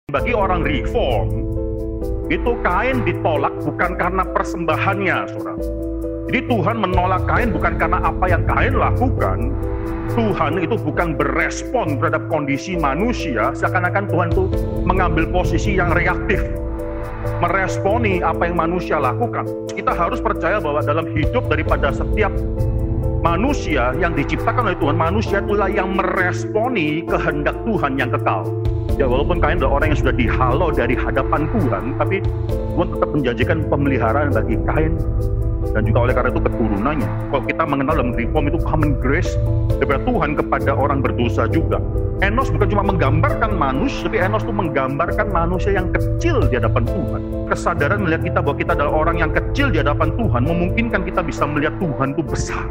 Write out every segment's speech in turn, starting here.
Bagi orang reform, itu Kain ditolak bukan karena persembahannya, saudara. Jadi Tuhan menolak Kain bukan karena apa yang Kain lakukan. Tuhan itu bukan berespon terhadap kondisi manusia, seakan-akan Tuhan itu mengambil posisi yang reaktif, meresponi apa yang manusia lakukan. Kita harus percaya bahwa dalam hidup daripada setiap manusia yang diciptakan oleh Tuhan, manusia itulah yang meresponi kehendak Tuhan yang kekal. Ya, walaupun Kain adalah orang yang sudah dihalau dari hadapan Tuhan, tapi Tuhan tetap menjanjikan pemeliharaan bagi Kain dan juga oleh karena itu keturunannya. Kalau kita mengenal dalam reform itu common grace daripada Tuhan kepada orang berdosa juga. Enos bukan cuma menggambarkan manusia, tapi Enos itu menggambarkan manusia yang kecil di hadapan Tuhan. Kesadaran melihat kita bahwa kita adalah orang yang kecil di hadapan Tuhan memungkinkan kita bisa melihat Tuhan itu besar.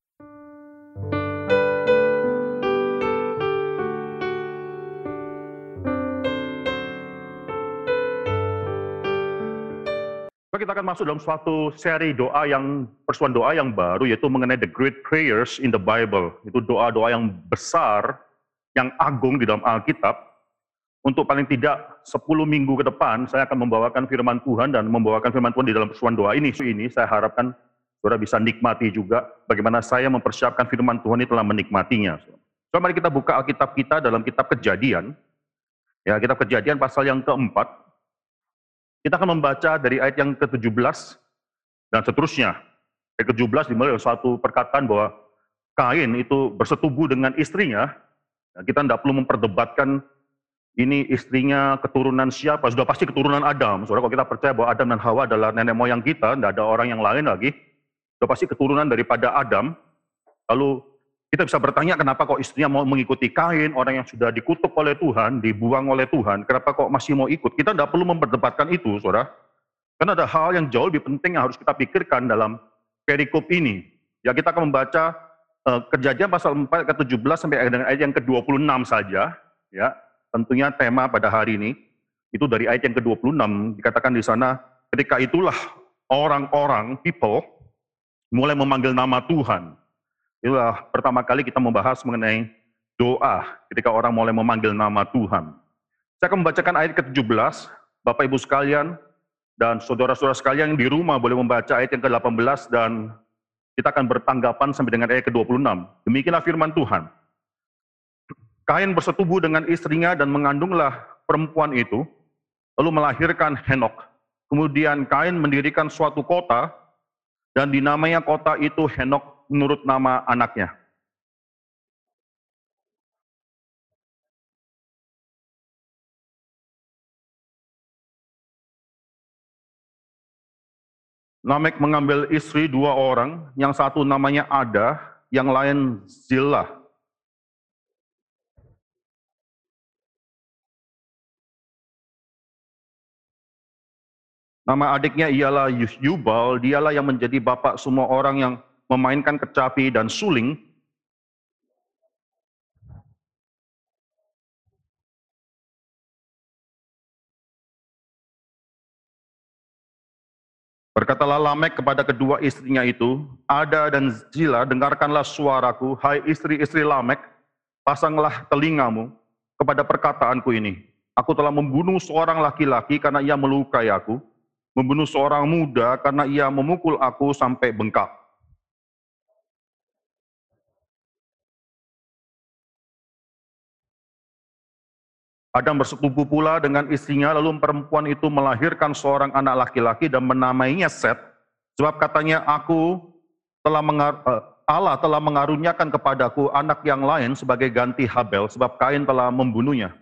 Kita akan masuk dalam suatu seri persoalan doa yang baru, yaitu mengenai the great prayers in the Bible. Itu doa-doa yang besar, yang agung di dalam Alkitab. Untuk paling tidak 10 minggu ke depan, saya akan membawakan firman Tuhan dan membawakan firman Tuhan di dalam persoalan doa ini. Saya harapkan saudara bisa nikmati juga bagaimana saya mempersiapkan firman Tuhan ini telah menikmatinya. So, mari kita buka Alkitab kita dalam kitab Kejadian. Ya, kitab Kejadian pasal yang keempat. Kita akan membaca dari ayat yang ke-17 dan seterusnya. Ayat ke-17 dimulai dengan suatu perkataan bahwa Kain itu bersetubuh dengan istrinya. Nah, kita tidak perlu memperdebatkan ini istrinya keturunan siapa, sudah pasti keturunan Adam. Saudara, kalau kita percaya bahwa Adam dan Hawa adalah nenek moyang kita, tidak ada orang yang lain lagi, sudah pasti keturunan daripada Adam. Lalu kita bisa bertanya kenapa kok istrinya mau mengikuti Kain, orang yang sudah dikutuk oleh Tuhan, dibuang oleh Tuhan, kenapa kok masih mau ikut? Kita tidak perlu memperdebatkan itu, saudara. Karena ada hal yang jauh lebih penting yang harus kita pikirkan dalam perikop ini. Ya, kita akan membaca Kejadian pasal 4 ke-17 sampai dengan ayat yang ke-26 saja. Ya, tentunya tema pada hari ini itu dari ayat yang ke-26 dikatakan di sana, ketika itulah orang-orang people mulai memanggil nama Tuhan. Itulah pertama kali kita membahas mengenai doa ketika orang mulai memanggil nama Tuhan. Saya akan membacakan ayat ke-17, Bapak Ibu sekalian dan saudara-saudara sekalian yang di rumah boleh membaca ayat yang ke-18 dan kita akan bertanggapan sampai dengan ayat ke-26. Demikianlah firman Tuhan. Kain bersetubuh dengan istrinya dan mengandunglah perempuan itu, lalu melahirkan Henok. Kemudian Kain mendirikan suatu kota dan dinamainya kota itu Henok menurut nama anaknya. Lamek mengambil istri 2 orang, yang satu namanya Ada, yang lain Zillah. Nama adiknya ialah Yubal, dialah yang menjadi bapak semua orang yang memainkan kecapi dan suling. Berkatalah Lamek kepada kedua istrinya itu, Ada dan Zillah, dengarkanlah suaraku, hai istri-istri Lamek, pasanglah telingamu kepada perkataanku ini. Aku telah membunuh seorang laki-laki karena ia melukai aku, membunuh seorang muda karena ia memukul aku sampai bengkak. Adam bersetubuh pula dengan istrinya, lalu perempuan itu melahirkan seorang anak laki-laki dan menamainya Set, sebab katanya Allah telah mengaruniakan kepadaku anak yang lain sebagai ganti Habel, sebab Kain telah membunuhnya.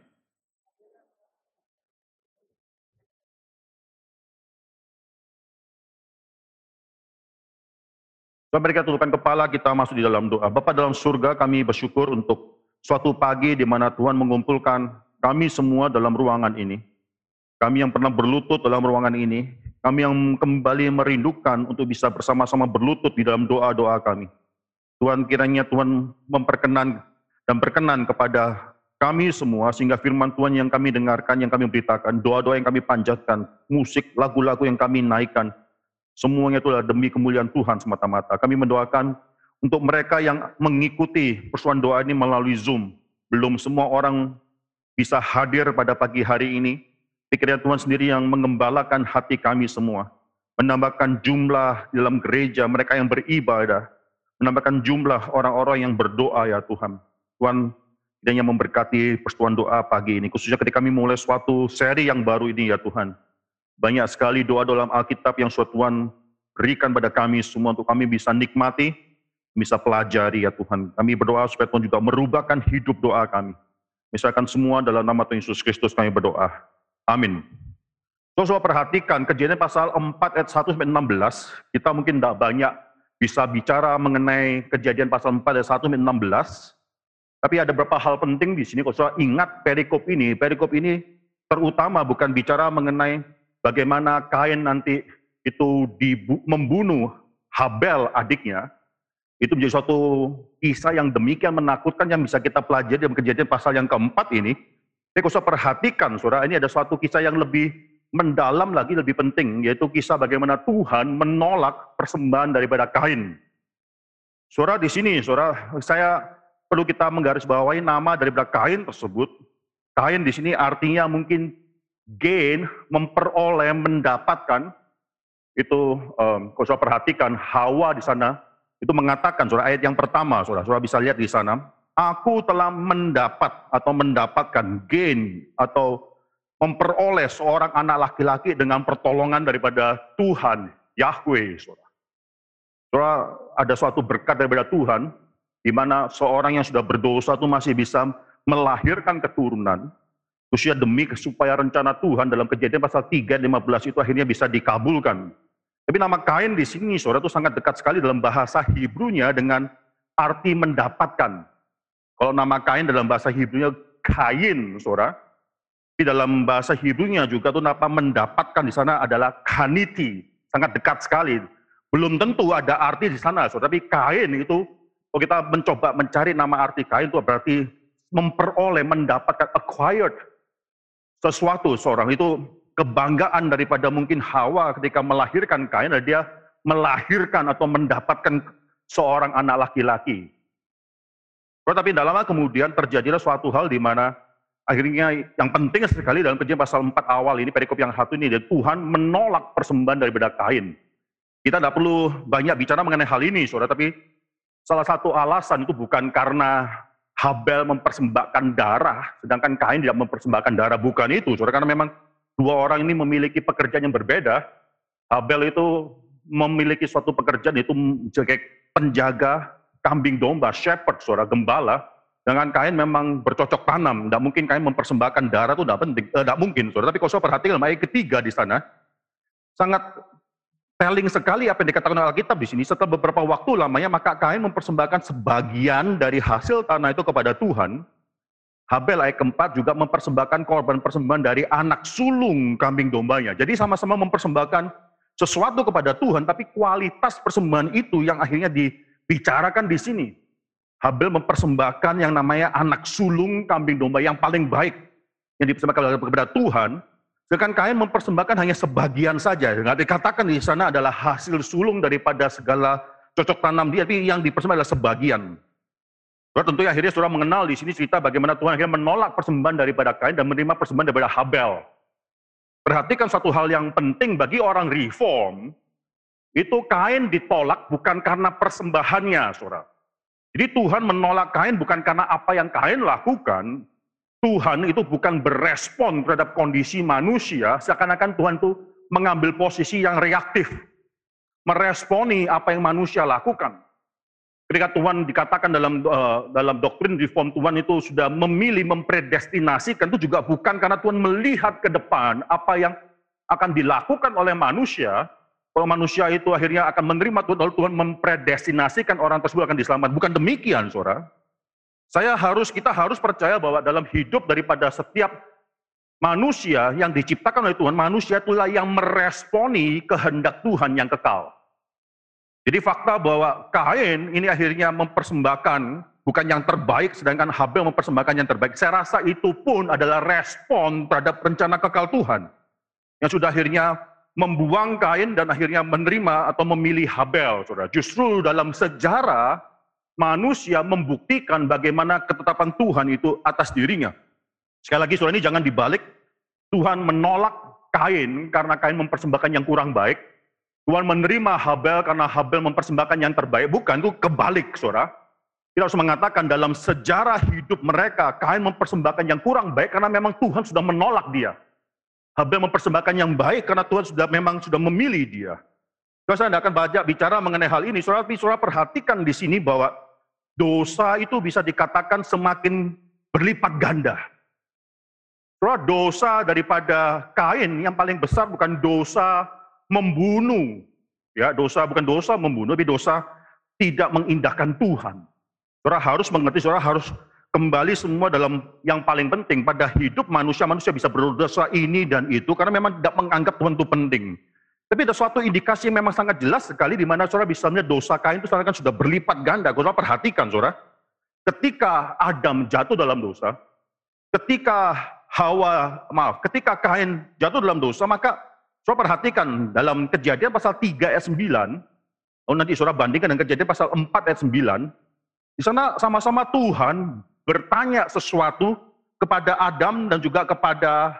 Mari kita tundukkan kepala, kita masuk di dalam doa. Bapa dalam surga, kami bersyukur untuk suatu pagi di mana Tuhan mengumpulkan kami semua dalam ruangan ini. Kami yang pernah berlutut dalam ruangan ini, kami yang kembali merindukan untuk bisa bersama-sama berlutut di dalam doa-doa kami. Tuhan, kiranya Tuhan memperkenan dan berkenan kepada kami semua, sehingga firman Tuhan yang kami dengarkan, yang kami beritakan, doa-doa yang kami panjatkan, musik, lagu-lagu yang kami naikkan, semuanya itulah demi kemuliaan Tuhan semata-mata. Kami mendoakan untuk mereka yang mengikuti persoalan doa ini melalui Zoom. Belum semua orang bisa hadir pada pagi hari ini. Kiranya Tuhan sendiri yang mengembalakan hati kami semua. Menambahkan jumlah di dalam gereja mereka yang beribadah. Menambahkan jumlah orang-orang yang berdoa ya Tuhan. Tuhan kiranya memberkati persekutuan doa pagi ini. Khususnya ketika kami mulai suatu seri yang baru ini ya Tuhan. Banyak sekali doa dalam Alkitab yang Tuhan berikan pada kami semua untuk kami bisa nikmati, bisa pelajari ya Tuhan. Kami berdoa supaya Tuhan juga merubahkan hidup doa kami. Misalkan semua dalam nama Tuhan Yesus Kristus kami berdoa. Amin. Saudara perhatikan Kejadian pasal 4 ayat 1 sampai 16. Kita mungkin tidak banyak bisa bicara mengenai Kejadian pasal 4 ayat 1 sampai 16. Tapi ada beberapa hal penting di sini. Kalau saudara ingat perikop ini terutama bukan bicara mengenai bagaimana Kain nanti itu membunuh Habel adiknya. Itu menjadi suatu kisah yang demikian menakutkan yang bisa kita pelajari dalam Kejadian pasal yang keempat ini. Tapi kalau saudara perhatikan, saudara, ini ada suatu kisah yang lebih mendalam lagi, lebih penting, yaitu kisah bagaimana Tuhan menolak persembahan daripada Kain. Saudara, di sini, saudara, saya perlu kita menggarisbawahi nama daripada Kain tersebut. Kain di sini artinya mungkin gain, memperoleh, mendapatkan. Itu kalau saudara perhatikan, Hawa di sana itu mengatakan, saudara, ayat yang pertama, saudara bisa lihat di sana. Aku telah mendapat atau mendapatkan gain atau memperoleh seorang anak laki-laki dengan pertolongan daripada Tuhan, Yahweh. Saudara, ada suatu berkat daripada Tuhan, di mana seorang yang sudah berdosa itu masih bisa melahirkan keturunan, khususnya demi supaya rencana Tuhan dalam Kejadian pasal 3, 15 itu akhirnya bisa dikabulkan. Tapi nama Kain di sini, saudara, itu sangat dekat sekali dalam bahasa Hebrunya dengan arti mendapatkan. Kalau nama Kain dalam bahasa Hebrunya Kain, saudara. Di dalam bahasa Hebrunya juga tuh nama mendapatkan di sana adalah kaniti, sangat dekat sekali. Belum tentu ada arti di sana, saudara. Tapi Kain itu, kalau kita mencoba mencari nama arti Kain itu berarti memperoleh, mendapatkan, acquired sesuatu. Seorang itu kebanggaan daripada mungkin Hawa ketika melahirkan Kain, dan dia melahirkan atau mendapatkan seorang anak laki-laki. Tetapi dalam kemudian terjadilah suatu hal di mana akhirnya yang penting sekali dalam Kejadian pasal 4 awal ini, perikop yang satu ini, Tuhan menolak persembahan daripada Kain. Kita tidak perlu banyak bicara mengenai hal ini, saudara, tapi salah satu alasan itu bukan karena Habel mempersembahkan darah, sedangkan Kain tidak mempersembahkan darah, bukan itu, saudara, karena memang dua orang ini memiliki pekerjaan yang berbeda. Habel itu memiliki suatu pekerjaan, itu sebagai penjaga kambing domba, shepherd, saudara, gembala. Dengan Kain memang bercocok tanam, tidak mungkin Kain mempersembahkan darah itu tidak penting, tidak mungkin, saudara. Tapi kalau saya perhatikan ayat ketiga di sana, sangat telling sekali apa yang dikatakan oleh Alkitab di sini. Setelah beberapa waktu lamanya, maka Kain mempersembahkan sebagian dari hasil tanah itu kepada Tuhan. Habel ayat keempat juga mempersembahkan korban persembahan dari anak sulung kambing dombanya. Jadi sama-sama mempersembahkan sesuatu kepada Tuhan, tapi kualitas persembahan itu yang akhirnya dibicarakan di sini. Habel mempersembahkan yang namanya anak sulung kambing domba yang paling baik yang dipersembahkan kepada Tuhan, sedangkan Kain mempersembahkan hanya sebagian saja. Nggak dikatakan di sana adalah hasil sulung daripada segala cocok tanam dia, tapi yang dipersembahkan adalah sebagian. Saudara, tentunya akhirnya saudara mengenal di sini cerita bagaimana Tuhan akhirnya menolak persembahan daripada Kain dan menerima persembahan daripada Habel. Perhatikan satu hal yang penting bagi orang reform, itu Kain ditolak bukan karena persembahannya, saudara. Jadi Tuhan menolak Kain bukan karena apa yang Kain lakukan. Tuhan itu bukan berespon terhadap kondisi manusia, seakan-akan Tuhan itu mengambil posisi yang reaktif, meresponi apa yang manusia lakukan. Ketika Tuhan dikatakan dalam doktrin reform, Tuhan itu sudah memilih, mempredestinasikan, itu juga bukan karena Tuhan melihat ke depan apa yang akan dilakukan oleh manusia. Kalau manusia itu akhirnya akan menerima Tuhan, lalu Tuhan mempredestinasikan orang tersebut akan diselamatkan. Bukan demikian, saudara. Kita harus percaya bahwa dalam hidup daripada setiap manusia yang diciptakan oleh Tuhan, manusia itulah yang meresponi kehendak Tuhan yang kekal. Jadi fakta bahwa Kain ini akhirnya mempersembahkan bukan yang terbaik, sedangkan Habel mempersembahkan yang terbaik. Saya rasa itu pun adalah respon terhadap rencana kekal Tuhan, yang sudah akhirnya membuang Kain dan akhirnya menerima atau memilih Habel, saudara. Justru dalam sejarah, manusia membuktikan bagaimana ketetapan Tuhan itu atas dirinya. Sekali lagi, saudara, ini jangan dibalik. Tuhan menolak Kain karena Kain mempersembahkan yang kurang baik. Tuhan menerima Habel karena Habel mempersembahkan yang terbaik. Bukan, itu kebalik, saudara. Kita harus mengatakan dalam sejarah hidup mereka, Kain mempersembahkan yang kurang baik karena memang Tuhan sudah menolak dia. Habel mempersembahkan yang baik karena Tuhan sudah memilih dia. Saya tidak akan banyak bicara mengenai hal ini, saudara, tapi saudara perhatikan di sini bahwa dosa itu bisa dikatakan semakin berlipat ganda. Saudara, dosa daripada Kain yang paling besar bukan dosa membunuh, ya, bukan dosa membunuh, tapi dosa tidak mengindahkan Tuhan. Saudara harus mengerti, saudara harus kembali semua dalam yang paling penting pada hidup manusia bisa berdosa ini dan itu karena memang tidak menganggap Tuhan itu penting. Tapi ada suatu indikasi yang memang sangat jelas sekali di mana saudara bisa melihat dosa Kain itu saudara kan sudah berlipat ganda. Saudara perhatikan, saudara, ketika Adam jatuh dalam dosa, ketika Kain jatuh dalam dosa, maka saudara perhatikan dalam Kejadian pasal 3 ayat 9, lalu nanti saudara bandingkan dengan Kejadian pasal 4 ayat 9, di sana sama-sama Tuhan bertanya sesuatu kepada Adam dan juga kepada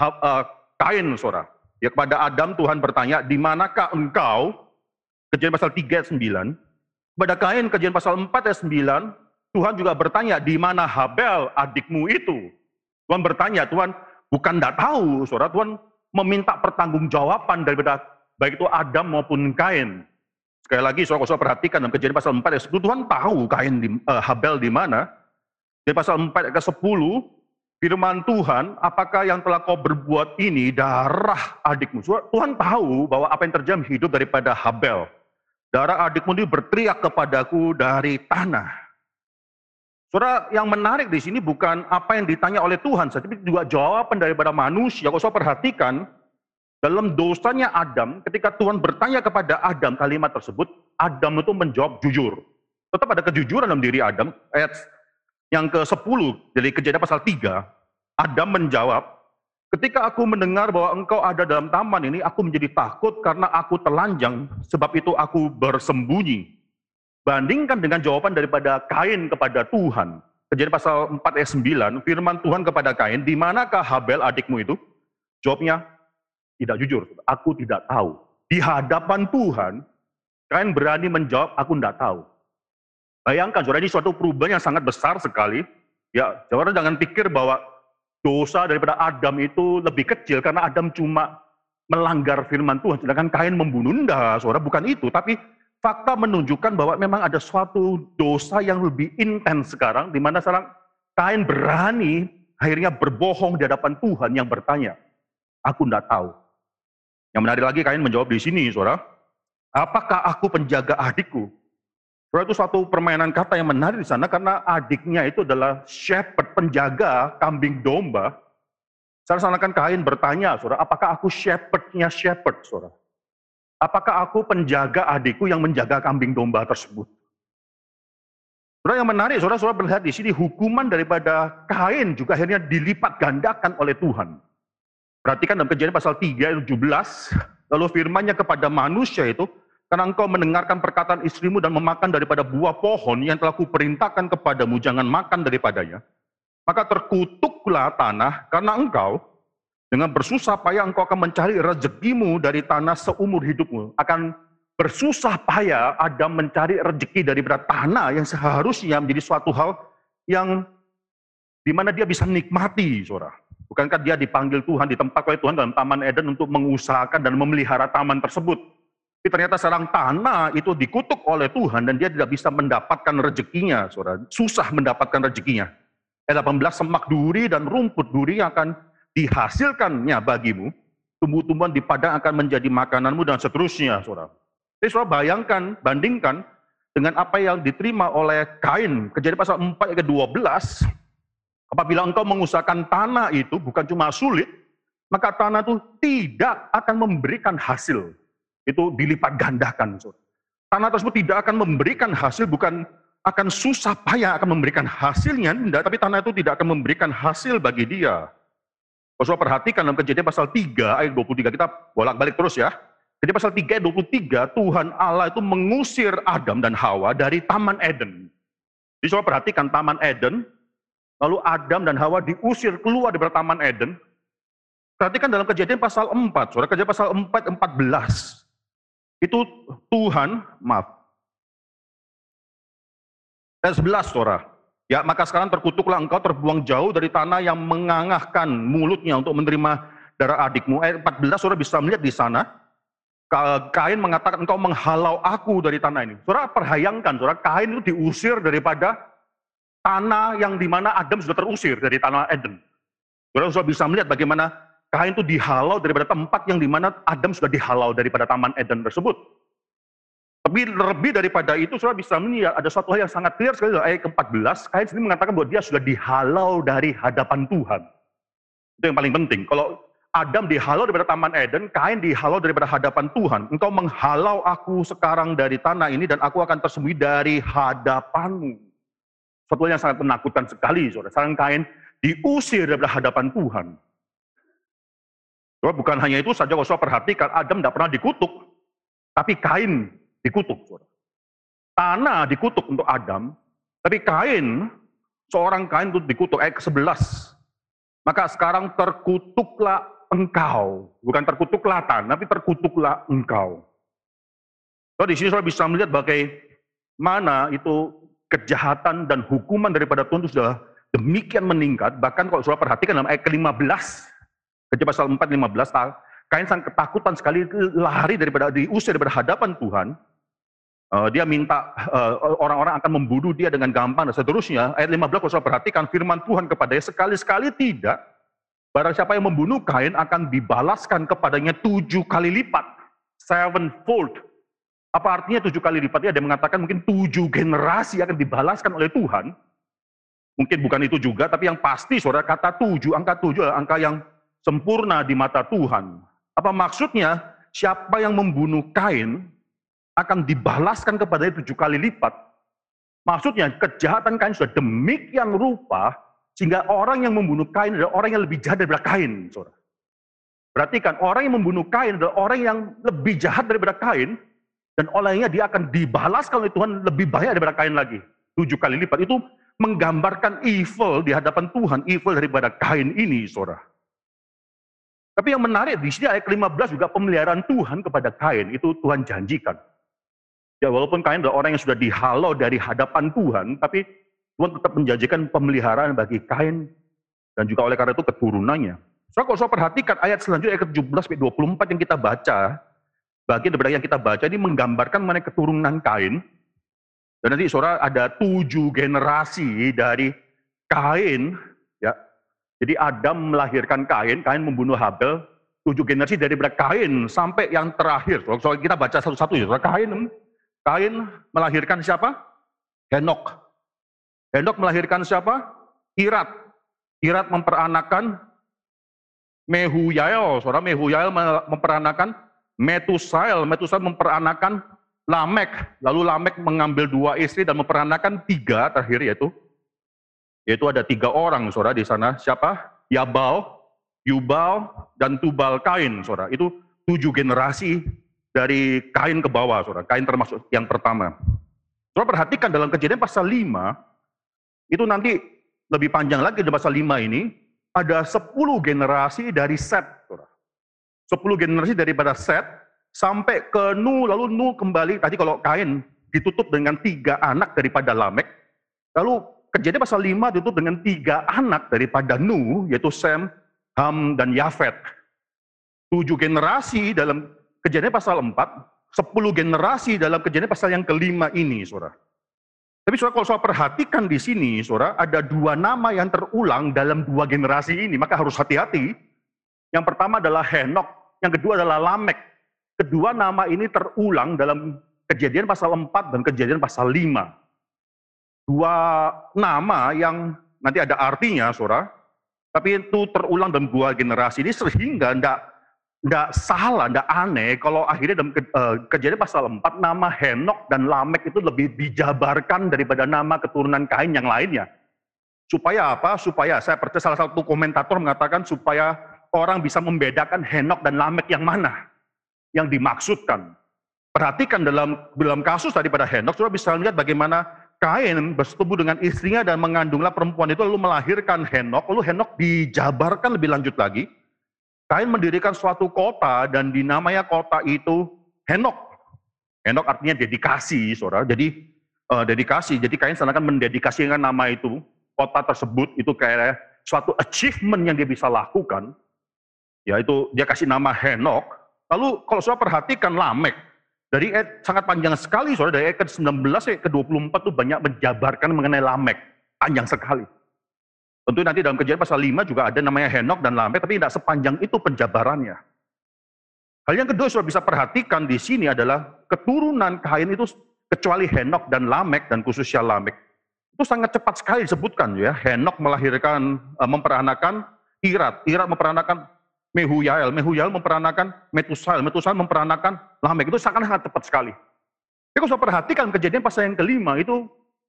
Kain, saudara. Ya, kepada Adam Tuhan bertanya, di manakah engkau? Kejadian pasal 3 ayat 9. Kepada Kain, Kejadian pasal 4 ayat 9, Tuhan juga bertanya, di mana Habel adikmu itu? Tuhan bertanya, Tuhan bukan tidak tahu, saudara. Tuhan meminta pertanggungjawaban daripada baik itu Adam maupun Kain. Sekali lagi, saudara perhatikan dalam Kejadian pasal 4 ayat 10, Tuhan tahu Habel di mana. Di pasal 4 ayat 10, firman Tuhan, apakah yang telah kau berbuat ini darah adikmu? Tuhan tahu bahwa apa yang terjadi hidup daripada Habel. Darah adikmu ini berteriak kepadaku dari tanah. Saudara, yang menarik di sini bukan apa yang ditanya oleh Tuhan, tapi juga jawaban daripada manusia. Kalau saudara perhatikan, dalam dosanya Adam, ketika Tuhan bertanya kepada Adam kalimat tersebut, Adam itu menjawab jujur. Tetap ada kejujuran dalam diri Adam. Ayat yang ke-10 dari Kejadian pasal 3, Adam menjawab, ketika aku mendengar bahwa engkau ada dalam taman ini, aku menjadi takut karena aku telanjang, sebab itu aku bersembunyi. Bandingkan dengan jawaban daripada Kain kepada Tuhan. Kejadian pasal 4 ayat 9, firman Tuhan kepada Kain, di manakah Habel adikmu itu? Jawabnya, tidak jujur, aku tidak tahu. Di hadapan Tuhan, Kain berani menjawab, aku tidak tahu. Bayangkan, saudara, ini suatu perubahan yang sangat besar sekali. Ya, saudara jangan pikir bahwa dosa daripada Adam itu lebih kecil karena Adam cuma melanggar firman Tuhan, sedangkan Kain membunuh. Enggak, saudara, bukan itu. Tapi fakta menunjukkan bahwa memang ada suatu dosa yang lebih intens sekarang, di mana sekarang Kain berani akhirnya berbohong di hadapan Tuhan yang bertanya, aku tidak tahu. Yang menarik lagi, Kain menjawab di sini, saudara, apakah aku penjaga adikku? Saudara, itu suatu permainan kata yang menarik di sana karena adiknya itu adalah shepherd, penjaga kambing domba. Seakan-akan Kain bertanya, saudara, apakah aku shepherdnya shepherd, saudara? Apakah aku penjaga adikku yang menjaga kambing domba tersebut? Saudara, yang menarik, saudara melihat di sini hukuman daripada Kain juga akhirnya dilipat gandakan oleh Tuhan. Perhatikan dalam Kejadian pasal 3 ayat 17, lalu firman-Nya kepada manusia itu, karena engkau mendengarkan perkataan istrimu dan memakan daripada buah pohon yang telah kuperintahkan kepadamu, jangan makan daripadanya. Maka terkutuklah tanah karena engkau, dengan bersusah payah engkau akan mencari rezekimu dari tanah seumur hidupmu. Akan bersusah payah Adam mencari rezeki daripada tanah yang seharusnya menjadi suatu hal yang dimana dia bisa nikmati, saudara. Bukankah dia dipanggil Tuhan, ditempatkan oleh Tuhan dalam Taman Eden untuk mengusahakan dan memelihara taman tersebut? Tapi ternyata sekarang tanah itu dikutuk oleh Tuhan dan dia tidak bisa mendapatkan rezekinya, saudara. Susah mendapatkan rezekinya. Ayat 18, semak duri dan rumput duri yang akan dihasilkannya bagimu, tumbuh-tumbuhan di padang akan menjadi makananmu dan seterusnya, saudara. Jadi saudara bayangkan, bandingkan dengan apa yang diterima oleh Kain. Kejadian pasal 4 ayat 12, apabila engkau mengusahakan tanah itu bukan cuma sulit, maka tanah itu tidak akan memberikan hasil. Itu dilipat gandakan. Tanah tersebut tidak akan memberikan hasil, bukan akan susah payah akan memberikan hasilnya, tidak, tapi tanah itu tidak akan memberikan hasil bagi dia. Kalau saudara perhatikan dalam Kejadian pasal 3 ayat 23, kita bolak-balik terus ya. Jadi pasal 3 ayat 23, Tuhan Allah itu mengusir Adam dan Hawa dari Taman Eden. Jadi saudara perhatikan Taman Eden, lalu Adam dan Hawa diusir keluar dari Taman Eden. Perhatikan dalam Kejadian pasal 4, saudara, Kejadian pasal 4, 14. Itu Tuhan, maaf, ayat 11, saudara. Ya, maka sekarang terkutuklah engkau, terbuang jauh dari tanah yang mengangahkan mulutnya untuk menerima darah adikmu. Ayat 14, saudara bisa melihat di sana, Kain mengatakan engkau menghalau aku dari tanah ini. Saudara perhayangkan, saudara, Kain itu diusir daripada tanah yang dimana Adam sudah terusir dari tanah Eden. Saudara bisa melihat bagaimana Kain itu dihalau daripada tempat yang dimana Adam sudah dihalau daripada taman Eden tersebut. Tapi lebih daripada itu, saudara bisa melihat ada suatu hal yang sangat clear sekali dalam ayat ke-14, Kain sendiri mengatakan bahwa dia sudah dihalau dari hadapan Tuhan. Itu yang paling penting. Kalau Adam dihalau daripada taman Eden, Kain dihalau daripada hadapan Tuhan. Engkau menghalau aku sekarang dari tanah ini dan aku akan tersembunyi dari hadapanmu. Suatu hal yang sangat menakutkan sekali, saudara. Sekarang Kain diusir daripada hadapan Tuhan. Saudara, bukan hanya itu saja, kalau saudara perhatikan, Adam tidak pernah dikutuk, tapi Kain dikutuk, saudara. Tanah dikutuk untuk Adam, tapi Kain, seorang Kain itu dikutuk. Ayat ke-11. Maka sekarang terkutuklah engkau, bukan terkutuklah tanah, tapi terkutuklah engkau. So, di sini saudara bisa melihat bagaimana itu kejahatan dan hukuman daripada Tuhan itu sudah demikian meningkat. Bahkan kalau saudara perhatikan dalam ayat ke-15, Kejadian pasal 4:15, Kain sangat ketakutan sekali, lari diusir daripada hadapan Tuhan. Dia minta orang-orang akan membunuh dia dengan gampang dan seterusnya. Ayat 15 kalau saudara perhatikan firman Tuhan kepadanya, sekali-sekali tidak, barang siapa yang membunuh Kain akan dibalaskan kepadanya 7 kali lipat. 7-fold. Apa artinya 7 kali lipat? Dia mengatakan mungkin 7 generasi akan dibalaskan oleh Tuhan. Mungkin bukan itu juga, tapi yang pasti saudara, kata 7, angka 7 adalah angka yang sempurna di mata Tuhan. Apa maksudnya? Siapa yang membunuh Kain akan dibalaskan kepadanya 7 kali lipat. Maksudnya kejahatan Kain sudah demikian rupa, sehingga orang yang membunuh Kain adalah orang yang lebih jahat daripada Kain. Saudara. Perhatikan, orang yang membunuh Kain adalah orang yang lebih jahat daripada Kain, dan olehnya dia akan dibalaskan oleh Tuhan lebih banyak daripada Kain lagi. 7 kali lipat. Itu menggambarkan evil di hadapan Tuhan, evil daripada Kain ini, saudara. Tapi yang menarik di sini ayat 15 juga pemeliharaan Tuhan kepada Kain, itu Tuhan janjikan. Ya, walaupun Kain adalah orang yang sudah dihalau dari hadapan Tuhan, tapi Tuhan tetap menjanjikan pemeliharaan bagi Kain dan juga oleh karena itu keturunannya. So, kalau saya perhatikan ayat selanjutnya, ayat ke-17-24 yang kita baca, bagian daripada yang kita baca ini menggambarkan mengenai keturunan Kain. Dan nanti saudara ada 7 generasi dari Kain. Ya. Jadi Adam melahirkan Kain, Kain membunuh Habel, 7 generasi daripada Kain sampai yang terakhir. So, kita baca satu-satu ya, Kain melahirkan siapa? Henok. Henok melahirkan siapa? Irat. Irat memperanakan Mehuyael. Saudara, Mehuyael memperanakan Metusael. Metusael memperanakan Lamek. Lalu Lamek mengambil 2 istri dan memperanakan 3 terakhir yaitu ada 3 orang, saudara, di sana. Siapa? Yabal, Yubal, dan Tubal Kain, saudara. Itu 7 generasi dari Kain ke bawah, saudara. Kain termasuk yang pertama. Saudara perhatikan dalam Kejadian pasal 5, itu nanti lebih panjang lagi di pasal 5 ini, ada 10 generasi dari Set, saudara. 10 generasi daripada Set, sampai ke Nuh, lalu Nuh kembali, tadi kalau Kain ditutup dengan 3 anak daripada Lamek, lalu Kejadian pasal 5 ditutup dengan 3 anak daripada Nuh, yaitu Sem, Ham, dan Yafet. 7 generasi dalam Kejadian pasal 4, 10 generasi dalam Kejadian pasal yang kelima ini, saudara. Tapi saudara, kalau saudara perhatikan di sini, saudara, ada 2 nama yang terulang dalam 2 generasi ini, maka harus hati-hati. Yang pertama adalah Henok, yang kedua adalah Lamek. Kedua nama ini terulang dalam Kejadian pasal 4 dan Kejadian pasal 5. 2 nama yang nanti ada artinya, saudara, tapi itu terulang dalam 2 generasi ini, sehingga tidak salah, tidak aneh kalau akhirnya dalam Kejadian pasal 4 nama Henok dan Lamek itu lebih dijabarkan daripada nama keturunan Kain yang lainnya. Supaya apa? Supaya, saya percaya salah satu komentator mengatakan supaya orang bisa membedakan Henok dan Lamek yang mana yang dimaksudkan. Perhatikan dalam kasus daripada Henok, saudara bisa melihat bagaimana Kain bersetubuh dengan istrinya dan mengandunglah perempuan itu lalu melahirkan Henok. Lalu Henok dijabarkan lebih lanjut lagi. Kain mendirikan suatu kota dan dinamanya kota itu Henok. Henok artinya dedikasi, saudara. Jadi dedikasi. Jadi Kain seakan mendedikasikan nama itu, kota tersebut itu kayak suatu achievement yang dia bisa lakukan. Yaitu dia kasih nama Henok. Lalu kalau saudara perhatikan Lamek, dari ayat sangat panjang sekali, saudara, dari ayat ke-19 sampai ke-24 itu banyak menjabarkan mengenai Lamek. Panjang sekali. Tentu nanti dalam Kejadian pasal 5 juga ada namanya Henok dan Lamek, tapi tidak sepanjang itu penjabarannya. Hal yang kedua saudara bisa perhatikan di sini adalah keturunan Kain itu, kecuali Henok dan Lamek dan khususnya Lamek, itu sangat cepat sekali disebutkan ya. Henok melahirkan, memperanakan Irat, Irat memperanakan Mehuyael, Mehuyael memperanakan Metusael, Metusael memperanakan Lamek. Itu sangat cepat sekali. Jadi kalau saudara perhatikan Kejadian pasal yang kelima itu,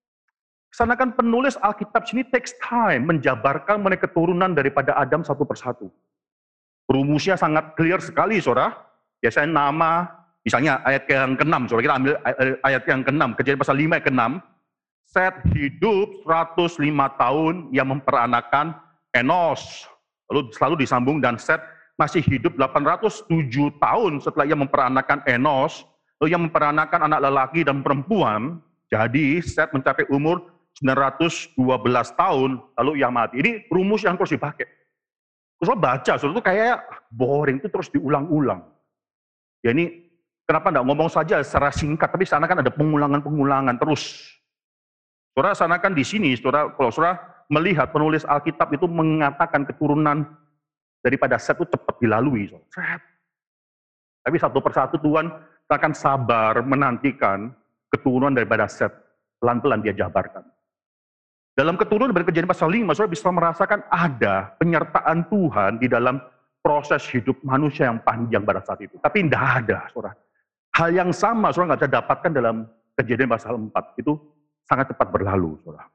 seakan penulis Alkitab sini takes time menjabarkan mengenai keturunan daripada Adam satu persatu. Rumusnya sangat clear sekali, saudara. Biasanya nama, misalnya ayat yang ke-6, saudara, kita ambil ayat yang ke-6, Kejadian pasal 5 ayat ke-6. Set hidup 105 tahun, yang memperanakan Enos. Lalu selalu disambung, dan Set masih hidup 807 tahun setelah ia memperanakan Enos. Lalu ia memperanakan anak lelaki dan perempuan. Jadi Set mencapai umur 912 tahun, lalu ia mati. Ini rumus yang terus dipakai. Terus baca, saudara, itu kayak boring, itu terus diulang-ulang. Ya ini, kenapa enggak ngomong saja secara singkat, tapi sana kan ada pengulangan-pengulangan terus. Saudara, sana kan di sini, saudara, kalau saudara melihat penulis Alkitab itu mengatakan keturunan daripada Set itu cepat dilalui. Saudara. Tapi satu persatu Tuhan akan sabar menantikan keturunan daripada Set. Pelan-pelan dia jabarkan. Dalam keturunan dari Kejadian pasal 5, saudara bisa merasakan ada penyertaan Tuhan di dalam proses hidup manusia yang panjang pada saat itu. Tapi tidak ada, saudara. Hal yang sama, saudara nggak bisa dapatkan dalam Kejadian pasal 4. Itu sangat cepat berlalu, saudara.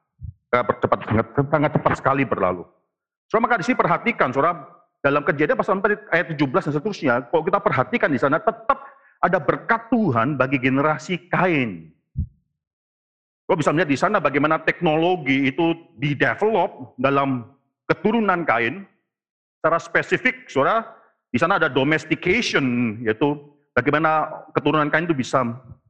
Sangat cepat sekali berlalu. Saudara, maka di sini perhatikan, saudara, dalam Kejadian pasal 4 ayat 17 dan seterusnya, kalau kita perhatikan di sana, tetap ada berkat Tuhan bagi generasi Kain. Lo bisa melihat di sana bagaimana teknologi itu di-develop dalam keturunan Kain. Secara spesifik, saudara, di sana ada domestication, yaitu bagaimana keturunan Kain itu bisa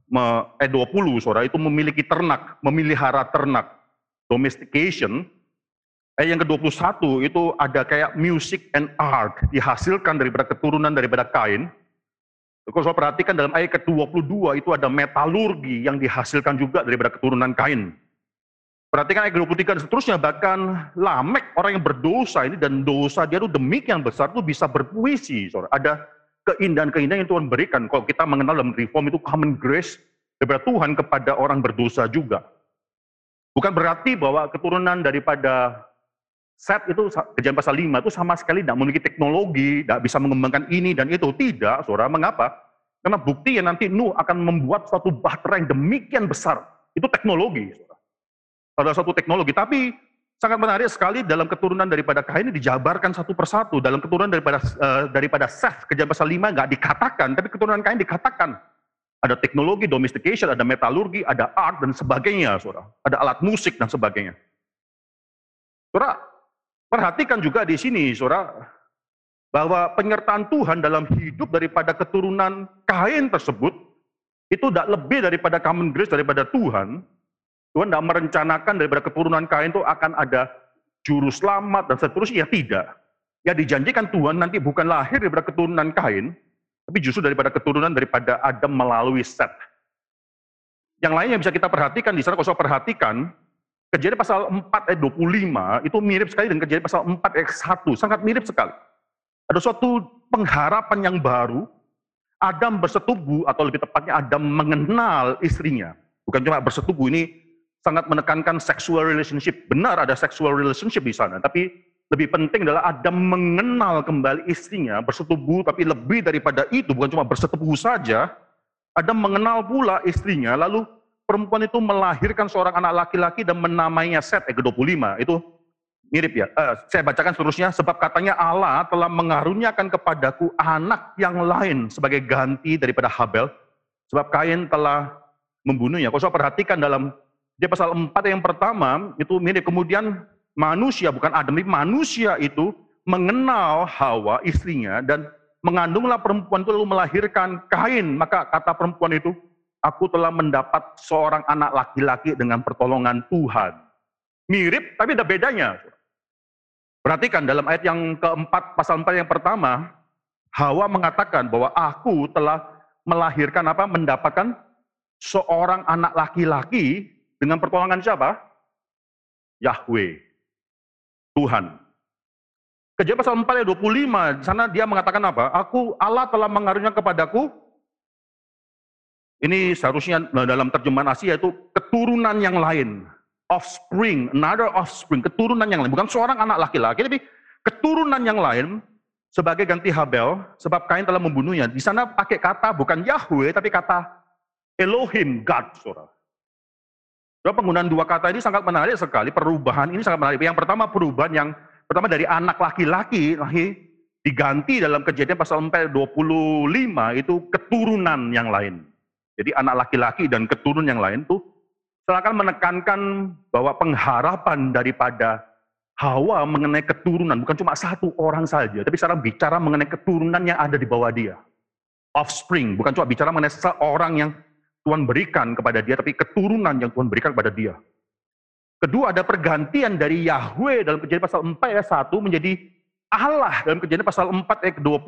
20, saudara, itu memiliki ternak, memelihara ternak. Domestication. Yang ke-21 itu ada kayak music and art, dihasilkan daripada keturunan daripada Kain. Kalau saya perhatikan dalam ayat ke-22 itu ada metalurgi yang dihasilkan juga daripada keturunan Kain. Perhatikan ayat ke-23 dan seterusnya, bahkan Lamek, orang yang berdosa ini, dan dosa dia itu demikian besar, itu bisa berpuisi. Saudara. Ada keindahan-keindahan yang Tuhan berikan. Kalau kita mengenal dalam reform itu common grace daripada Tuhan kepada orang berdosa juga. Bukan berarti bahwa keturunan daripada Set itu, Kejadian pasal 5 itu sama sekali tidak memiliki teknologi, tidak bisa mengembangkan ini dan itu. Tidak, saudara. Mengapa? Karena bukti yang nanti Nuh akan membuat suatu bahtera yang demikian besar. Itu teknologi, saudara. Ada suatu teknologi, tapi sangat menarik sekali dalam keturunan daripada Kain ini dijabarkan satu persatu. Dalam keturunan daripada Set, Kejadian pasal 5 nggak dikatakan, tapi keturunan Kain dikatakan. Ada teknologi, domestication, ada metalurgi, ada art dan sebagainya, saudara. Ada alat musik dan sebagainya. Saudara, perhatikan juga di sini, saudara, bahwa penyertaan Tuhan dalam hidup daripada keturunan Kain tersebut, itu tidak lebih daripada common grace daripada Tuhan. Tuhan tidak merencanakan daripada keturunan Kain itu akan ada juru selamat dan seterusnya, tidak. Ya dijanjikan Tuhan nanti bukan lahir daripada keturunan Kain, tapi justru daripada keturunan daripada Adam melalui Set. Yang lain yang bisa kita perhatikan di sana, kalau saya perhatikan, Kejadian pasal 4 ayat 25 itu mirip sekali dengan Kejadian pasal 4 ayat 1, sangat mirip sekali. Ada suatu pengharapan yang baru, Adam bersetubuh, atau lebih tepatnya Adam mengenal istrinya. Bukan cuma bersetubuh, ini sangat menekankan sexual relationship. Benar ada sexual relationship di sana, tapi lebih penting adalah Adam mengenal kembali istrinya, bersetubuh, tapi lebih daripada itu, bukan cuma bersetubuh saja, Adam mengenal pula istrinya, lalu perempuan itu melahirkan seorang anak laki-laki dan menamainya Set, ayat ke-25. Itu mirip ya. Saya bacakan seterusnya, sebab katanya Allah telah mengaruniakan kepadaku anak yang lain sebagai ganti daripada Habel, sebab Kain telah membunuhnya. Kalau saya perhatikan dalam dia pasal 4 yang pertama, itu mirip. Kemudian manusia, bukan Adam, manusia itu mengenal Hawa istrinya dan mengandunglah perempuan itu lalu melahirkan Kain. Maka kata perempuan itu, aku telah mendapat seorang anak laki-laki dengan pertolongan Tuhan. Mirip tapi ada bedanya. Perhatikan dalam ayat yang keempat, pasal 4 yang pertama, Hawa mengatakan bahwa aku telah melahirkan mendapatkan seorang anak laki-laki dengan pertolongan siapa? Yahweh, Tuhan. Kejadian pasal 4 ayat 25, di sana dia mengatakan apa? Allah telah mengaruniakan kepadaku, ini seharusnya dalam terjemahan Asia itu keturunan yang lain. Offspring, another offspring, keturunan yang lain. Bukan seorang anak laki-laki, tapi keturunan yang lain sebagai ganti Habel, sebab Kain telah membunuhnya. Di sana pakai kata bukan Yahweh, tapi kata Elohim, God, saudara. Penggunaan dua kata ini sangat menarik sekali, perubahan ini sangat menarik. Yang pertama perubahan yang pertama dari anak laki-laki diganti dalam Kejadian pasal 4 25 itu keturunan yang lain. Jadi anak laki-laki dan keturunan yang lain tuh seakan menekankan bahwa pengharapan daripada Hawa mengenai keturunan bukan cuma satu orang saja, tapi sekarang bicara mengenai keturunan yang ada di bawah dia. Offspring, bukan cuma bicara mengenai seorang yang Tuhan berikan kepada dia, tapi keturunan yang Tuhan berikan kepada dia. Kedua, ada pergantian dari Yahweh dalam Kejadian pasal 4 ayat 1 menjadi Allah dalam Kejadian pasal 4 ayat 25.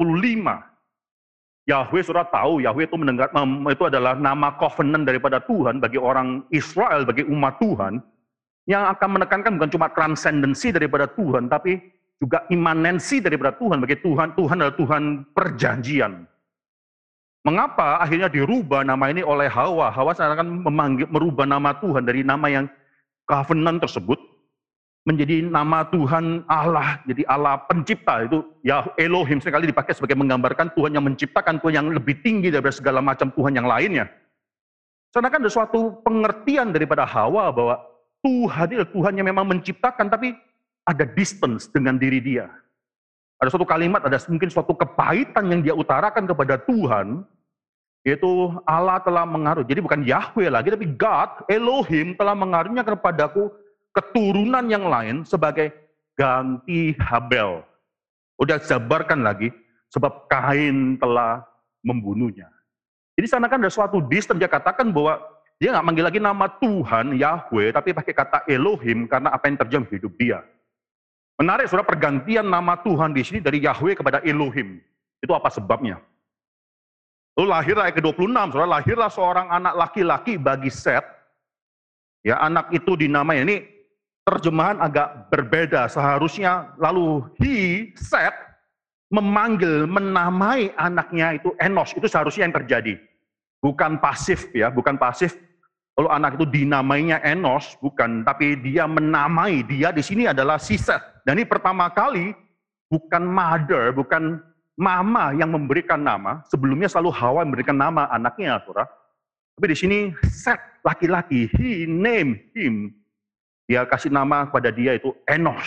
Yahweh, saudara tahu, Yahweh itu itu adalah nama covenant daripada Tuhan bagi orang Israel, bagi umat Tuhan, yang akan menekankan bukan cuma transendensi daripada Tuhan, tapi juga imanensi daripada Tuhan, bagi Tuhan adalah Tuhan perjanjian. Mengapa akhirnya dirubah nama ini oleh Hawa? Hawa seakan merubah nama Tuhan dari nama yang covenant tersebut menjadi nama Tuhan Allah, jadi Allah pencipta. Itu ya Elohim sekali dipakai sebagai menggambarkan Tuhan yang menciptakan, Tuhan yang lebih tinggi daripada segala macam Tuhan yang lainnya. Seakan ada suatu pengertian daripada Hawa bahwa Tuhan itu Tuhan yang memang menciptakan, tapi ada distance dengan diri dia. Ada suatu kalimat, ada mungkin suatu kepahitan yang dia utarakan kepada Tuhan, yaitu Allah telah mengaruh. Jadi bukan Yahweh lagi, tapi God, Elohim telah mengaruniakan kepadaku keturunan yang lain sebagai ganti Habel. Udah jabarkan lagi, sebab Kain telah membunuhnya. Jadi sana kan ada suatu distance, dia katakan bahwa dia nggak manggil lagi nama Tuhan, Yahweh, tapi pakai kata Elohim karena apa yang terjadi hidup dia. Menarik, saudara, pergantian nama Tuhan di sini dari Yahweh kepada Elohim. Itu apa sebabnya? Lalu lahirlah ayat ke-26, saudara, lahirlah seorang anak laki-laki bagi Set. Ya, anak itu dinamai, ini terjemahan agak berbeda. Seharusnya lalu Set memanggil, menamai anaknya itu Enos. Itu seharusnya yang terjadi. Bukan pasif ya, bukan pasif. Lalu anak itu dinamainya Enos, bukan, tapi dia menamai, dia di sini adalah si Set. Dan ini pertama kali bukan mother, bukan mama yang memberikan nama, sebelumnya selalu Hawa memberikan nama anaknya, saudara. Tapi di sini Set, laki-laki, he name him. Dia kasih nama kepada dia itu Enos.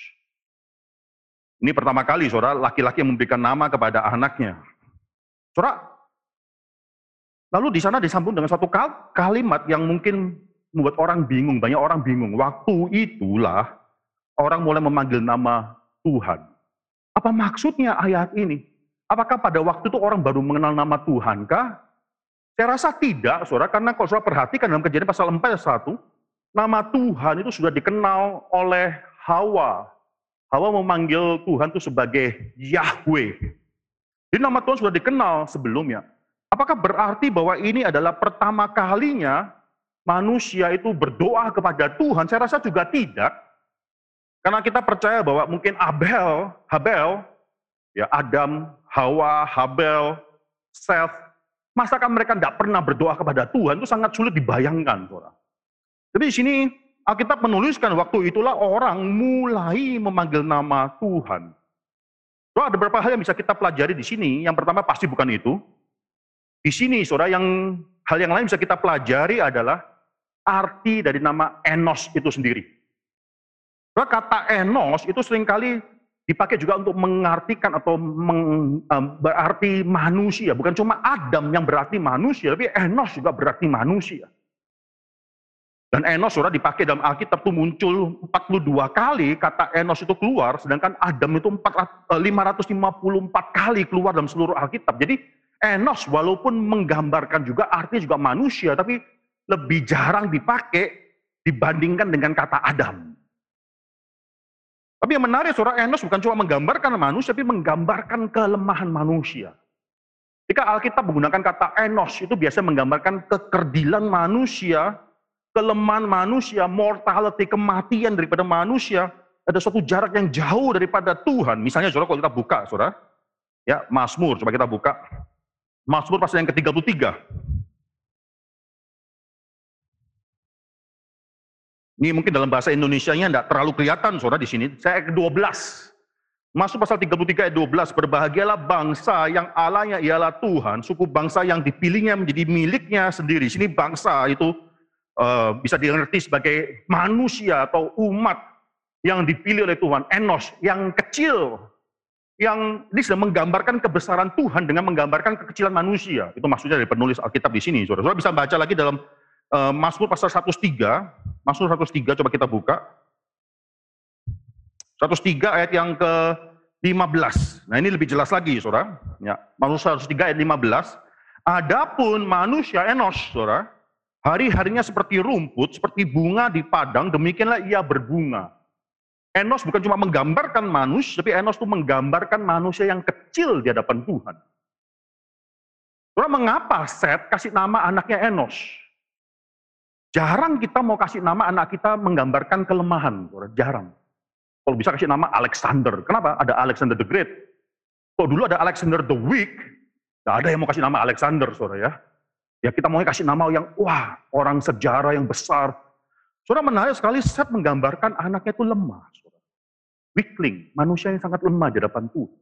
Ini pertama kali, saudara, laki-laki yang memberikan nama kepada anaknya. Saudara, lalu di sana disambung dengan satu kalimat yang mungkin membuat orang bingung, banyak orang bingung. Waktu itulah orang mulai memanggil nama Tuhan. Apa maksudnya ayat ini? Apakah pada waktu itu orang baru mengenal nama Tuhan kah? Saya rasa tidak, saudara, karena kalau saudara perhatikan dalam Kejadian pasal 4 ayat 1, nama Tuhan itu sudah dikenal oleh Hawa. Hawa memanggil Tuhan itu sebagai Yahweh. Jadi nama Tuhan sudah dikenal sebelumnya. Apakah berarti bahwa ini adalah pertama kalinya manusia itu berdoa kepada Tuhan? Saya rasa juga tidak. Karena kita percaya bahwa mungkin Habel, ya Adam, Hawa, Habel, Seth, masakan mereka tidak pernah berdoa kepada Tuhan? Itu sangat sulit dibayangkan, saudara. Tapi di sini Alkitab menuliskan waktu itulah orang mulai memanggil nama Tuhan. Saudara, ada beberapa hal yang bisa kita pelajari di sini. Yang pertama pasti bukan itu. Di sini, saudara, hal yang lain bisa kita pelajari adalah arti dari nama Enos itu sendiri. Kata Enos itu seringkali dipakai juga untuk mengartikan atau berarti manusia. Bukan cuma Adam yang berarti manusia, tapi Enos juga berarti manusia. Dan Enos, saudara, dipakai dalam Alkitab itu muncul 42 kali kata Enos itu keluar, sedangkan Adam itu 554 kali keluar dalam seluruh Alkitab. Jadi Enos walaupun menggambarkan juga artinya juga manusia, tapi lebih jarang dipakai dibandingkan dengan kata Adam. Tapi yang menarik, saudara, Enos bukan cuma menggambarkan manusia, tapi menggambarkan kelemahan manusia. Jika Alkitab menggunakan kata Enos, itu biasanya menggambarkan kekerdilan manusia, kelemahan manusia, mortality, kematian daripada manusia, ada suatu jarak yang jauh daripada Tuhan. Misalnya, saudara, kalau kita buka, saudara, ya, Mazmur, coba kita buka. Mazmur pasal yang ke-33. Ini mungkin dalam bahasa Indonesianya tidak terlalu kelihatan, saudara, di sini. Saya ayat ke-12. Masuk pasal 33 ayat 12. Berbahagialah bangsa yang Allahnya ialah Tuhan, suku bangsa yang dipilihnya menjadi miliknya sendiri. Sini bangsa itu bisa dimengerti sebagai manusia atau umat yang dipilih oleh Tuhan. Enos, yang kecil. Yang ini sedang menggambarkan kebesaran Tuhan dengan menggambarkan kekecilan manusia. Itu maksudnya dari penulis Alkitab di sini, saudara. Saudara bisa baca lagi dalam Mazmur pasal 103, Mazmur 103, coba kita buka. 103 ayat yang ke-15. Nah, ini lebih jelas lagi, saudara. Ya, Mazmur 103 ayat 15. Adapun manusia Enos, saudara, hari-harinya seperti rumput, seperti bunga di padang, demikianlah ia berbunga. Enos bukan cuma menggambarkan manusia, tapi Enos itu menggambarkan manusia yang kecil di hadapan Tuhan. Saudara, mengapa Set kasih nama anaknya Enos? Jarang kita mau kasih nama anak kita menggambarkan kelemahan, saudara. Jarang. Kalau bisa kasih nama Alexander. Kenapa? Ada Alexander the Great. Kalau dulu ada Alexander the Weak, tidak ada yang mau kasih nama Alexander, saudara, ya. Ya, kita mau kasih nama yang, wah, orang sejarah yang besar. Saudara, menarik sekali, Set menggambarkan anaknya itu lemah, saudara. Weakling, manusia yang sangat lemah di hadapan Tuhan.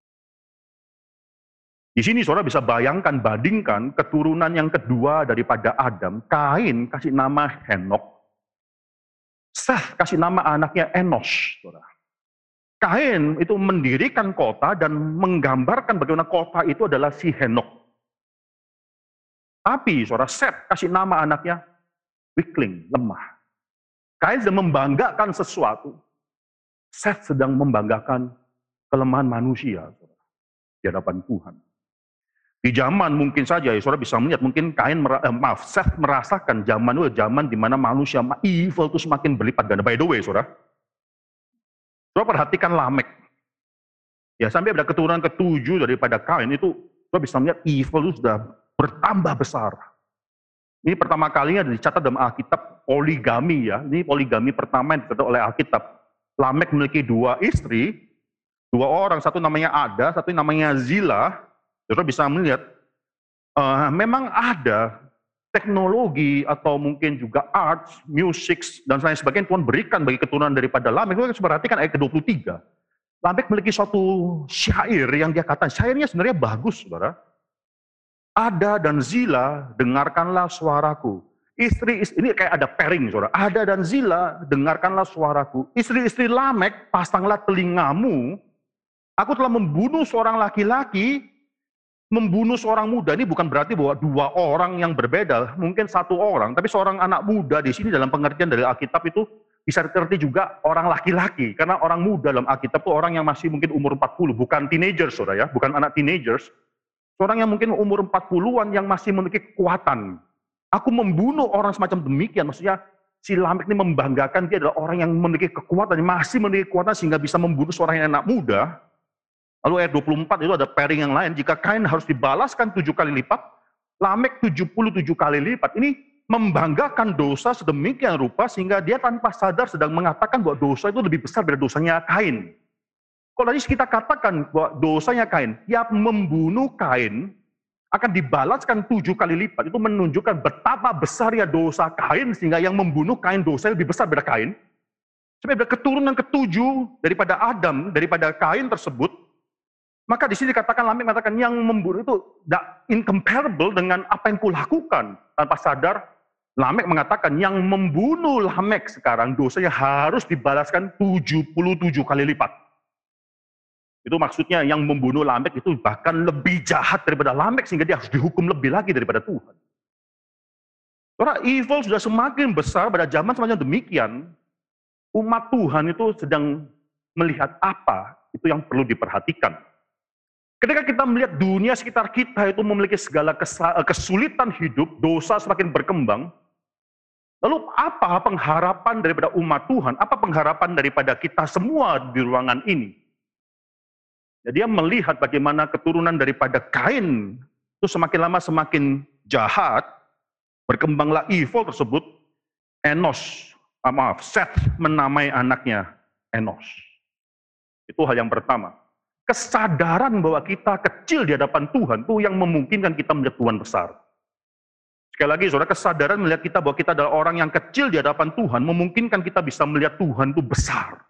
Di sini saudara bisa bayangkan, bandingkan keturunan yang kedua daripada Adam, Kain kasih nama Henok, Seth kasih nama anaknya Enos. Saudara. Kain itu mendirikan kota dan menggambarkan bagaimana kota itu adalah si Henok. Tapi saudara, Seth kasih nama anaknya weakling, lemah. Kain sedang membanggakan sesuatu, Seth sedang membanggakan kelemahan manusia, saudara, di hadapan Tuhan. Di zaman mungkin saja, ya, saudara bisa melihat, mungkin Seth merasakan zaman itu zaman di mana manusia evil itu semakin berlipat ganda. By the way, saudara perhatikan Lamek. Ya, sampai ada keturunan ke-7 daripada Kain itu, saudara bisa melihat evil itu sudah bertambah besar. Ini pertama kalinya dicatat dalam Alkitab poligami, ya. Ini poligami pertama yang dicatat oleh Alkitab. Lamek memiliki 2 istri, 2 orang, satu namanya Ada, satu namanya Zila. Saudara bisa melihat, memang ada teknologi atau mungkin juga arts, music, dan lain sebagainya Tuhan berikan bagi keturunan daripada Lamek. Kita perhatikan ayat ke-23. Lamek memiliki suatu syair yang dia katakan, syairnya sebenarnya bagus, saudara. Ada dan Zila, dengarkanlah suaraku. Istri, ini kayak ada pairing, saudara. Ada dan Zila, dengarkanlah suaraku. Istri-istri Lamek, pasanglah telingamu. Aku telah membunuh seorang laki-laki, membunuh seorang muda. Ini bukan berarti bahwa 2 orang yang berbeda, mungkin 1 orang, tapi seorang anak muda di sini dalam pengertian dari Alkitab itu bisa diarti juga orang laki-laki, karena orang muda dalam Alkitab itu orang yang masih mungkin umur 40, bukan teenagers, saudara, ya, bukan anak teenagers, seorang yang mungkin umur 40-an yang masih memiliki kekuatan. Aku membunuh orang semacam demikian, maksudnya si Lamek ini membanggakan dia adalah orang yang memiliki kekuatan, masih memiliki kekuatan sehingga bisa membunuh seorang yang anak muda. Lalu ayat 24 itu ada pairing yang lain, jika Kain harus dibalaskan 7 kali lipat, Lamek 77 kali lipat. Ini membanggakan dosa sedemikian rupa sehingga dia tanpa sadar sedang mengatakan bahwa dosa itu lebih besar dari dosanya Kain. Kalau tadi kita katakan bahwa dosanya Kain, tiap membunuh Kain akan dibalaskan 7 kali lipat, itu menunjukkan betapa besar ya dosa Kain sehingga yang membunuh Kain dosa lebih besar dari Kain. Sampai keturunan ke-7 daripada Adam, daripada Kain tersebut, maka di sini dikatakan Lamek mengatakan yang membunuh itu tidak incomparable dengan apa yang kulakukan. Tanpa sadar, Lamek mengatakan yang membunuh Lamek sekarang dosanya harus dibalaskan 77 kali lipat. Itu maksudnya yang membunuh Lamek itu bahkan lebih jahat daripada Lamek sehingga dia harus dihukum lebih lagi daripada Tuhan. Saudara, evil sudah semakin besar pada zaman semacam demikian, umat Tuhan itu sedang melihat apa itu yang perlu diperhatikan. Ketika kita melihat dunia sekitar kita itu memiliki segala kesulitan hidup, dosa semakin berkembang, lalu apa pengharapan daripada umat Tuhan? Apa pengharapan daripada kita semua di ruangan ini? Jadi dia melihat bagaimana keturunan daripada Kain itu semakin lama semakin jahat, berkembanglah evil tersebut. Seth menamai anaknya Enos. Itu hal yang pertama. Kesadaran bahwa kita kecil di hadapan Tuhan itu yang memungkinkan kita melihat Tuhan besar. Sekali lagi, saudara, kesadaran melihat kita bahwa kita adalah orang yang kecil di hadapan Tuhan memungkinkan kita bisa melihat Tuhan itu besar.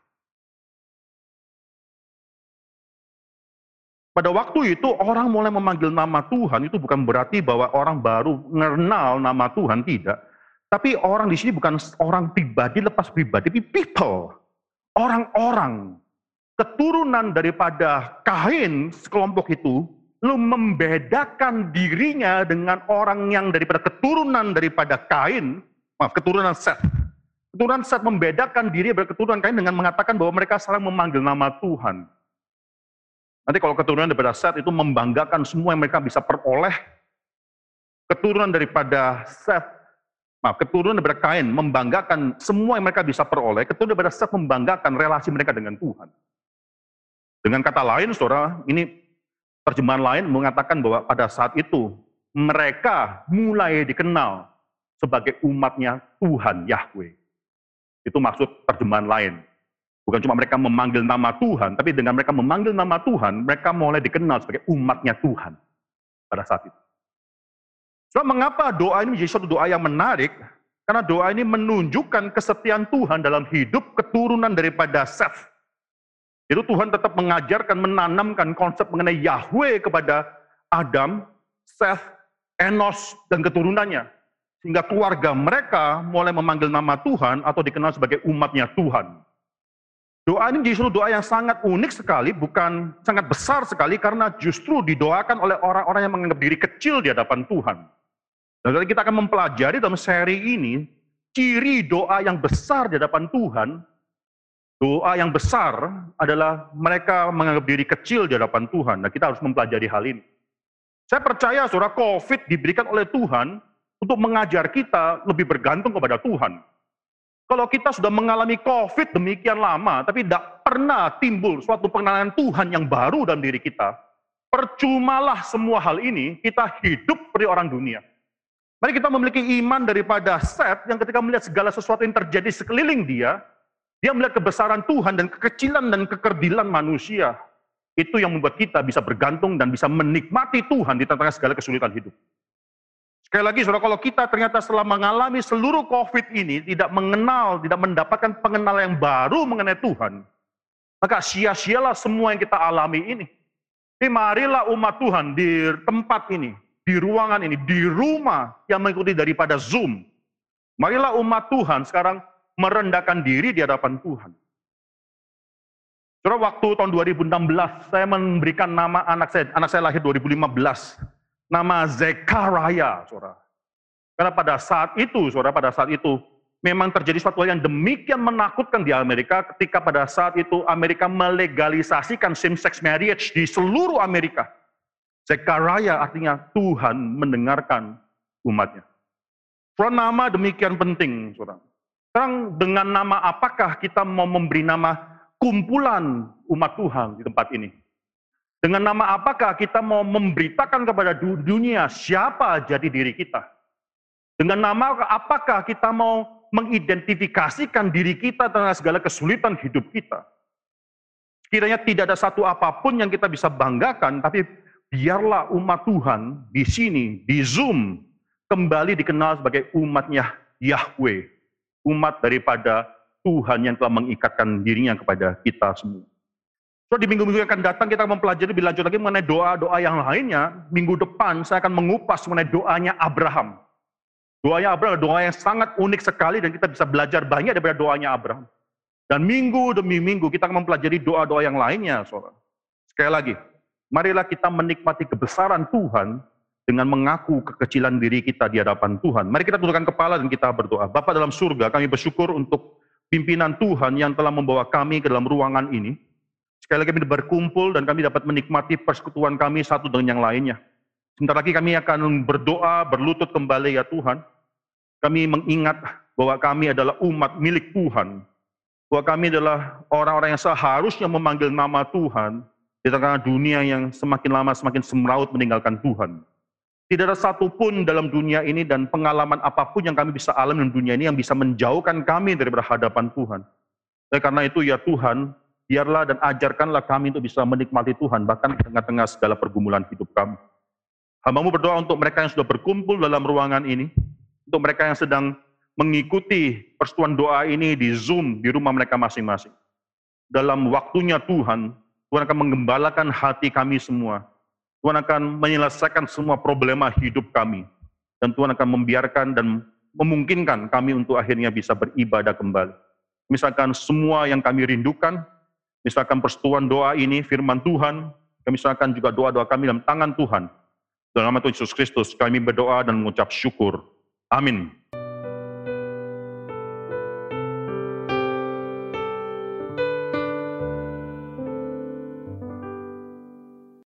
Pada waktu itu orang mulai memanggil nama Tuhan itu bukan berarti bahwa orang baru mengenal nama Tuhan, tidak. Tapi orang di sini bukan orang pribadi lepas pribadi, tapi people. Orang-orang, keturunan daripada Kain sekelompok itu, lalu membedakan dirinya dengan orang yang daripada keturunan daripada Kain, keturunan Seth. Keturunan Seth membedakan diri dari keturunan Kain dengan mengatakan bahwa mereka saling memanggil nama Tuhan. Nanti kalau keturunan daripada Seth itu membanggakan semua yang mereka bisa peroleh. Keturunan daripada Seth, keturunan daripada Kain membanggakan semua yang mereka bisa peroleh. Keturunan daripada Seth membanggakan relasi mereka dengan Tuhan. Dengan kata lain, saudara, ini terjemahan lain mengatakan bahwa pada saat itu mereka mulai dikenal sebagai umatnya Tuhan Yahweh. Itu maksud terjemahan lain. Bukan cuma mereka memanggil nama Tuhan, tapi dengan mereka memanggil nama Tuhan, mereka mulai dikenal sebagai umatnya Tuhan pada saat itu. So, mengapa doa ini menjadi suatu doa yang menarik? Karena doa ini menunjukkan kesetiaan Tuhan dalam hidup keturunan daripada Seth. Itu Tuhan tetap mengajarkan, menanamkan konsep mengenai Yahweh kepada Adam, Seth, Enos, dan keturunannya. Sehingga keluarga mereka mulai memanggil nama Tuhan atau dikenal sebagai umatnya Tuhan. Doa ini menjadi suatu doa yang sangat unik sekali, bukan sangat besar sekali, karena justru didoakan oleh orang-orang yang menganggap diri kecil di hadapan Tuhan. Dan nanti kita akan mempelajari dalam seri ini, ciri doa yang besar di hadapan Tuhan. Doa yang besar adalah mereka menganggap diri kecil di hadapan Tuhan. Nah, kita harus mempelajari hal ini. Saya percaya, saudara, COVID diberikan oleh Tuhan untuk mengajar kita lebih bergantung kepada Tuhan. Kalau kita sudah mengalami COVID demikian lama, tapi tidak pernah timbul suatu pengenalan Tuhan yang baru dalam diri kita, percumalah semua hal ini, kita hidup seperti orang dunia. Mari kita memiliki iman daripada Seth yang ketika melihat segala sesuatu yang terjadi sekeliling dia melihat kebesaran Tuhan dan kekecilan dan kekerdilan manusia. Itu yang membuat kita bisa bergantung dan bisa menikmati Tuhan di tengah segala kesulitan hidup. Sekali lagi, saudara, kalau kita ternyata setelah mengalami seluruh COVID ini, tidak mendapatkan pengenalan yang baru mengenai Tuhan, maka sia-sialah semua yang kita alami ini. Jadi marilah umat Tuhan di tempat ini, di ruangan ini, di rumah yang mengikuti daripada Zoom. Marilah umat Tuhan sekarang merendahkan diri di hadapan Tuhan. Saudara, waktu tahun 2016, saya memberikan nama anak saya lahir 2015. Nama Zechariah, saudara. Karena pada saat itu, memang terjadi suatu hal yang demikian menakutkan di Amerika ketika pada saat itu Amerika melegalisasikan same-sex marriage di seluruh Amerika. Zechariah artinya Tuhan mendengarkan umatnya. Saudara, nama demikian penting, saudara. Sekarang dengan nama apakah kita mau memberi nama kumpulan umat Tuhan di tempat ini? Dengan nama apakah kita mau memberitakan kepada dunia siapa jadi diri kita? Dengan nama apakah kita mau mengidentifikasikan diri kita tentang segala kesulitan hidup kita? Kiranya tidak ada satu apapun yang kita bisa banggakan, tapi biarlah umat Tuhan di sini, di Zoom, kembali dikenal sebagai umatnya Yahweh. Umat daripada Tuhan yang telah mengikatkan dirinya kepada kita semua. So, di minggu-minggu yang akan datang kita akan mempelajari lebih lanjut lagi mengenai doa-doa yang lainnya. Minggu depan saya akan mengupas mengenai doanya Abraham. Doanya Abraham adalah doa yang sangat unik sekali dan kita bisa belajar banyak daripada doanya Abraham. Dan minggu demi minggu kita akan mempelajari doa-doa yang lainnya, saudara. Sekali lagi, marilah kita menikmati kebesaran Tuhan dengan mengaku kekecilan diri kita di hadapan Tuhan. Mari kita tundukkan kepala dan kita berdoa. Bapa dalam surga, kami bersyukur untuk pimpinan Tuhan yang telah membawa kami ke dalam ruangan ini. Sekali lagi kami berkumpul dan kami dapat menikmati persekutuan kami satu dengan yang lainnya. Sebentar lagi kami akan berdoa, berlutut kembali ya Tuhan. Kami mengingat bahwa kami adalah umat milik Tuhan. Bahwa kami adalah orang-orang yang seharusnya memanggil nama Tuhan di tengah dunia yang semakin lama semakin semraut meninggalkan Tuhan. Tidak ada satupun dalam dunia ini dan pengalaman apapun yang kami bisa alami dalam dunia ini yang bisa menjauhkan kami dari hadapan Tuhan. Dan karena itu ya Tuhan, biarlah dan ajarkanlah kami untuk bisa menikmati Tuhan bahkan di tengah-tengah segala pergumulan hidup kami. Hamba-Mu berdoa untuk mereka yang sudah berkumpul dalam ruangan ini, untuk mereka yang sedang mengikuti persekutuan doa ini di Zoom di rumah mereka masing-masing. Dalam waktunya Tuhan, Tuhan akan menggembalakan hati kami semua. Tuhan akan menyelesaikan semua problema hidup kami. Dan Tuhan akan membiarkan dan memungkinkan kami untuk akhirnya bisa beribadah kembali. Misalkan semua yang kami rindukan, misalkan persekutuan doa ini, firman Tuhan, misalkan juga doa-doa kami dalam tangan Tuhan. Dalam nama Tuhan Yesus Kristus, kami berdoa dan mengucap syukur. Amin.